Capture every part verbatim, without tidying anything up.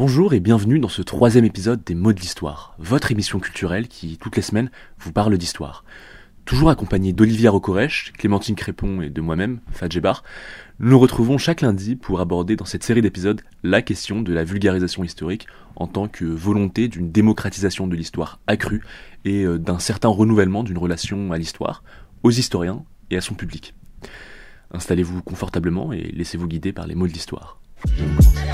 Bonjour et bienvenue dans ce troisième épisode des Mots de l'Histoire, votre émission culturelle qui, toutes les semaines, vous parle d'histoire. Toujours accompagné d'Olivia Rocorèche, Clémentine Crépon et de moi-même, Fadjebar, nous nous retrouvons chaque lundi pour aborder dans cette série d'épisodes la question de la vulgarisation historique en tant que volonté d'une démocratisation de l'histoire accrue et d'un certain renouvellement d'une relation à l'histoire, aux historiens et à son public. Installez-vous confortablement et laissez-vous guider par les mots de l'histoire. Je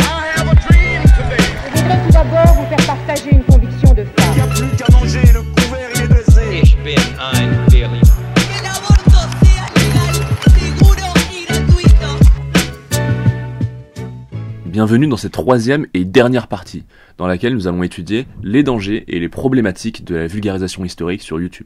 voudrais tout d'abord vous faire partager une conviction de femme. Il n'y a plus qu'à manger, le couvert il est dressé. Ich bin ein Berliner. Bienvenue dans cette troisième et dernière partie, dans laquelle nous allons étudier les dangers et les problématiques de la vulgarisation historique sur YouTube.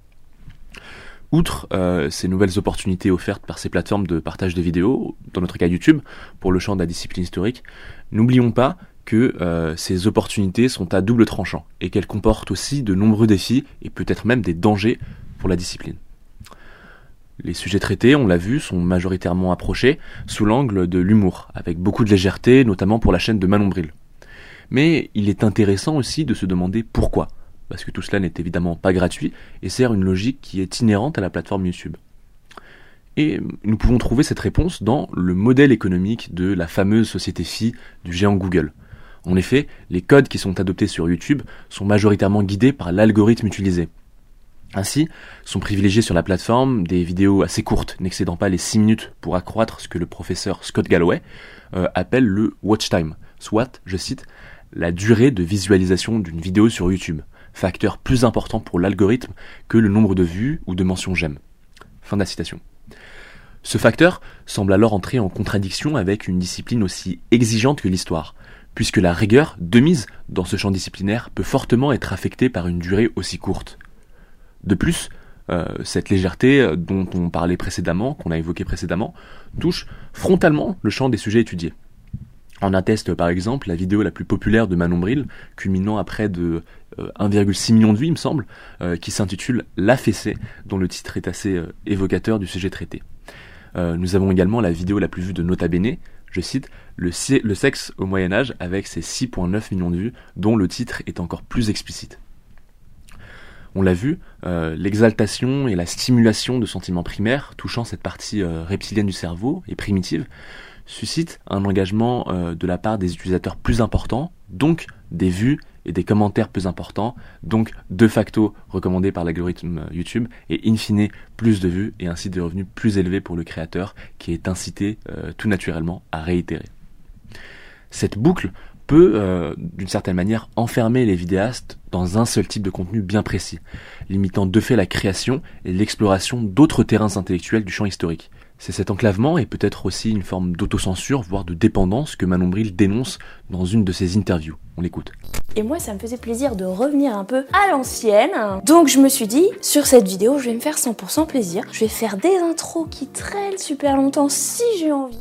Outre euh, ces nouvelles opportunités offertes par ces plateformes de partage de vidéos, dans notre cas YouTube, pour le champ de la discipline historique, n'oublions pas que euh, ces opportunités sont à double tranchant et qu'elles comportent aussi de nombreux défis et peut-être même des dangers pour la discipline. Les sujets traités, on l'a vu, sont majoritairement approchés sous l'angle de l'humour, avec beaucoup de légèreté, notamment pour la chaîne de Manon Bril. Mais il est intéressant aussi de se demander pourquoi, parce que tout cela n'est évidemment pas gratuit et sert une logique qui est inhérente à la plateforme YouTube. Et nous pouvons trouver cette réponse dans le modèle économique de la fameuse société fille du géant Google. En effet, les codes qui sont adoptés sur YouTube sont majoritairement guidés par l'algorithme utilisé. Ainsi, sont privilégiées sur la plateforme des vidéos assez courtes, n'excédant pas les six minutes pour accroître ce que le professeur Scott Galloway euh, appelle le watch time, soit, je cite, la durée de visualisation d'une vidéo sur YouTube, facteur plus important pour l'algorithme que le nombre de vues ou de mentions j'aime. Fin de la citation. Ce facteur semble alors entrer en contradiction avec une discipline aussi exigeante que l'histoire, puisque la rigueur de mise dans ce champ disciplinaire peut fortement être affectée par une durée aussi courte. De plus, euh, cette légèreté dont on parlait précédemment, qu'on a évoqué précédemment, touche frontalement le champ des sujets étudiés. En atteste par exemple la vidéo la plus populaire de Manon Bril, culminant à près de euh, un virgule six million de vues il me semble, euh, qui s'intitule La fessée, dont le titre est assez euh, évocateur du sujet traité. Euh, nous avons également la vidéo la plus vue de Nota Bene, je cite, le, le sexe au Moyen-Âge avec ses six virgule neuf millions de vues, dont le titre est encore plus explicite. On l'a vu, euh, l'exaltation et la stimulation de sentiments primaires touchant cette partie euh, reptilienne du cerveau et primitive suscitent un engagement euh, de la part des utilisateurs plus important, donc des vues et des commentaires plus importants, donc de facto recommandés par l'algorithme YouTube, et in fine plus de vues et ainsi des revenus plus élevés pour le créateur qui est incité euh, tout naturellement à réitérer. Cette boucle peut, euh, d'une certaine manière, enfermer les vidéastes dans un seul type de contenu bien précis, limitant de fait la création et l'exploration d'autres terrains intellectuels du champ historique. C'est cet enclavement et peut-être aussi une forme d'autocensure, voire de dépendance que Manon Bril dénonce dans une de ses interviews. On l'écoute. Et moi, ça me faisait plaisir de revenir un peu à l'ancienne. Donc je me suis dit, sur cette vidéo, je vais me faire cent pour cent plaisir. Je vais faire des intros qui traînent super longtemps si j'ai envie.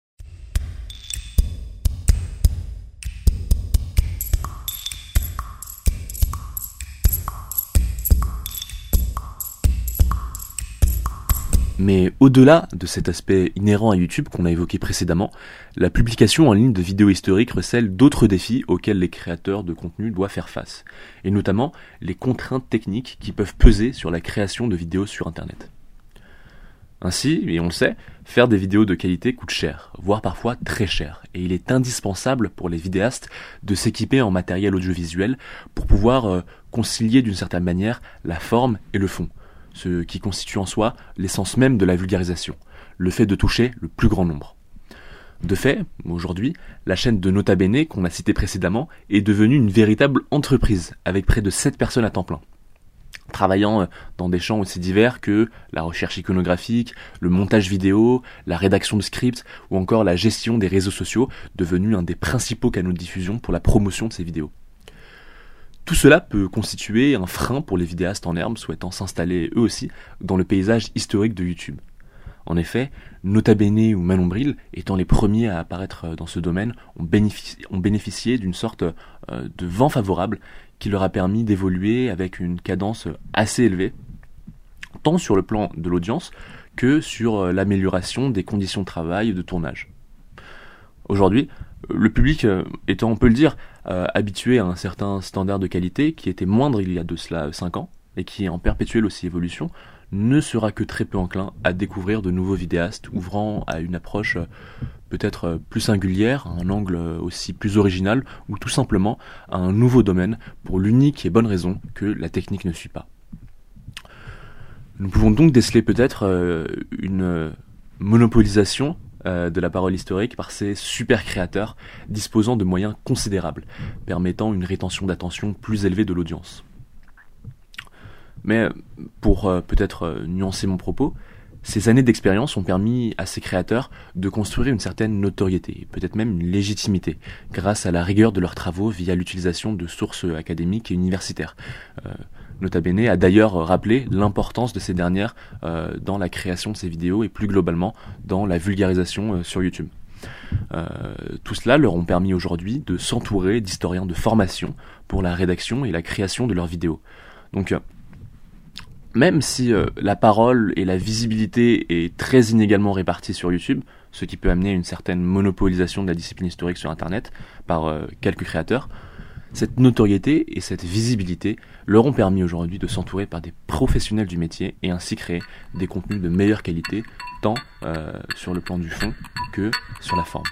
Mais au-delà de cet aspect inhérent à YouTube qu'on a évoqué précédemment, la publication en ligne de vidéos historiques recèle d'autres défis auxquels les créateurs de contenu doivent faire face, et notamment les contraintes techniques qui peuvent peser sur la création de vidéos sur Internet. Ainsi, et on le sait, faire des vidéos de qualité coûte cher, voire parfois très cher, et il est indispensable pour les vidéastes de s'équiper en matériel audiovisuel pour pouvoir euh, concilier d'une certaine manière la forme et le fond, ce qui constitue en soi l'essence même de la vulgarisation, le fait de toucher le plus grand nombre. De fait, aujourd'hui, la chaîne de Nota Bene, qu'on a citée précédemment, est devenue une véritable entreprise, avec près de sept personnes à temps plein, travaillant dans des champs aussi divers que la recherche iconographique, le montage vidéo, la rédaction de scripts, ou encore la gestion des réseaux sociaux, devenu un des principaux canaux de diffusion pour la promotion de ces vidéos. Tout cela peut constituer un frein pour les vidéastes en herbe souhaitant s'installer eux aussi dans le paysage historique de YouTube. En effet, Nota Bene ou Manon Bril, étant les premiers à apparaître dans ce domaine, ont bénéficié, ont bénéficié d'une sorte de vent favorable qui leur a permis d'évoluer avec une cadence assez élevée, tant sur le plan de l'audience que sur l'amélioration des conditions de travail et de tournage. Aujourd'hui, Le public euh, étant, on peut le dire, euh, habitué à un certain standard de qualité qui était moindre il y a de cela cinq ans et qui est en perpétuelle aussi évolution, ne sera que très peu enclin à découvrir de nouveaux vidéastes ouvrant à une approche euh, peut-être euh, plus singulière, à un angle euh, aussi plus original, ou tout simplement à un nouveau domaine pour l'unique et bonne raison que la technique ne suit pas. Nous pouvons donc déceler peut-être euh, une euh, monopolisation euh, de la parole historique par ces super créateurs disposant de moyens considérables, permettant une rétention d'attention plus élevée de l'audience. Mais pour euh, peut-être euh, nuancer mon propos, ces années d'expérience ont permis à ces créateurs de construire une certaine notoriété, peut-être même une légitimité, grâce à la rigueur de leurs travaux via l'utilisation de sources académiques et universitaires. Euh, Nota Bene a d'ailleurs rappelé l'importance de ces dernières euh, dans la création de ces vidéos et plus globalement dans la vulgarisation euh, sur YouTube. Euh, tout cela leur ont permis aujourd'hui de s'entourer d'historiens de formation pour la rédaction et la création de leurs vidéos. Donc euh, même si euh, la parole et la visibilité est très inégalement répartie sur YouTube, ce qui peut amener une certaine monopolisation de la discipline historique sur Internet par euh, quelques créateurs, cette notoriété et cette visibilité leur ont permis aujourd'hui de s'entourer par des professionnels du métier et ainsi créer des contenus de meilleure qualité, tant euh, sur le plan du fond que sur la forme.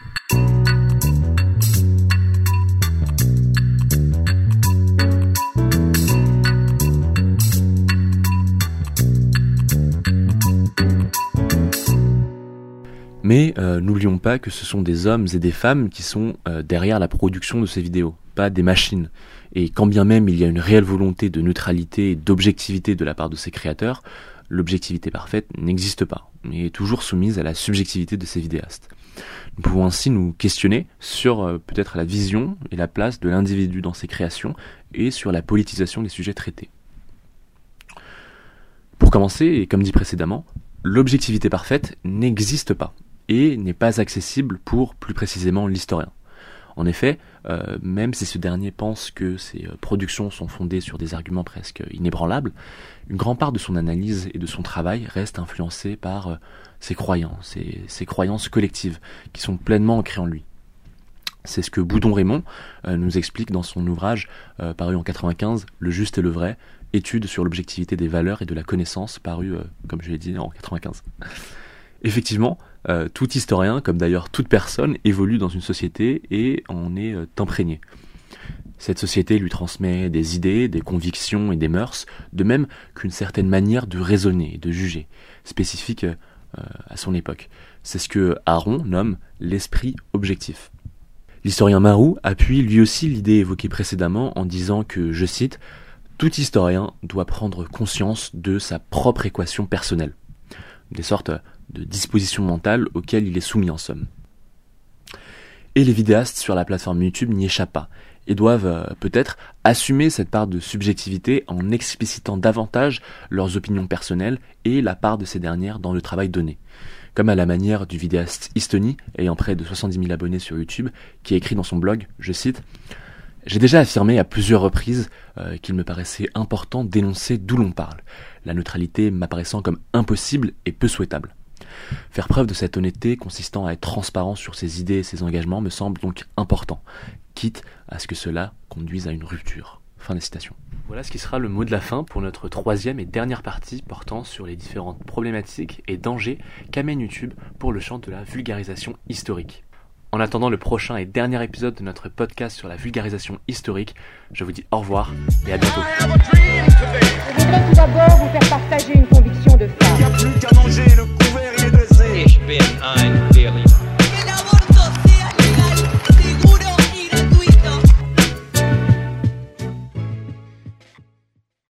Mais euh, n'oublions pas que ce sont des hommes et des femmes qui sont euh, derrière la production de ces vidéos, pas des machines. Et quand bien même il y a une réelle volonté de neutralité et d'objectivité de la part de ces créateurs, l'objectivité parfaite n'existe pas, et est toujours soumise à la subjectivité de ces vidéastes. Nous pouvons ainsi nous questionner sur euh, peut-être la vision et la place de l'individu dans ses créations, et sur la politisation des sujets traités. Pour commencer, et comme dit précédemment, l'objectivité parfaite n'existe pas, et n'est pas accessible pour, plus précisément, l'historien. En effet, euh, même si ce dernier pense que ses euh, productions sont fondées sur des arguments presque inébranlables, une grande part de son analyse et de son travail reste influencée par euh, ses croyances, et ses croyances collectives, qui sont pleinement ancrées en lui. C'est ce que Boudon-Raymond euh, nous explique dans son ouvrage euh, paru en quatre-vingt-quinze, Le juste et le vrai, étude sur l'objectivité des valeurs et de la connaissance, paru, euh, comme je l'ai dit, en quatre-vingt-quinze. Effectivement, euh, tout historien, comme d'ailleurs toute personne, évolue dans une société et en est euh, imprégné. Cette société lui transmet des idées, des convictions et des mœurs, de même qu'une certaine manière de raisonner et de juger, spécifique euh, à son époque. C'est ce que Aron nomme l'esprit objectif. L'historien Marou appuie lui aussi l'idée évoquée précédemment en disant que, je cite, « Tout historien doit prendre conscience de sa propre équation personnelle », des sortes de dispositions mentales auxquelles il est soumis en somme. Et les vidéastes sur la plateforme YouTube n'y échappent pas, et doivent euh, peut-être assumer cette part de subjectivité en explicitant davantage leurs opinions personnelles et la part de ces dernières dans le travail donné. Comme à la manière du vidéaste Istoni, ayant près de soixante-dix mille abonnés sur YouTube, qui a écrit dans son blog, je cite, « J'ai déjà affirmé à plusieurs reprises euh, qu'il me paraissait important d'énoncer d'où l'on parle, la neutralité m'apparaissant comme impossible et peu souhaitable. Faire preuve de cette honnêteté consistant à être transparent sur ses idées et ses engagements me semble donc important, quitte à ce que cela conduise à une rupture. » Fin des citations. Voilà ce qui sera le mot de la fin pour notre troisième et dernière partie portant sur les différentes problématiques et dangers qu'amène YouTube pour le champ de la vulgarisation historique. En attendant le prochain et dernier épisode de notre podcast sur la vulgarisation historique, je vous dis au revoir et à bientôt.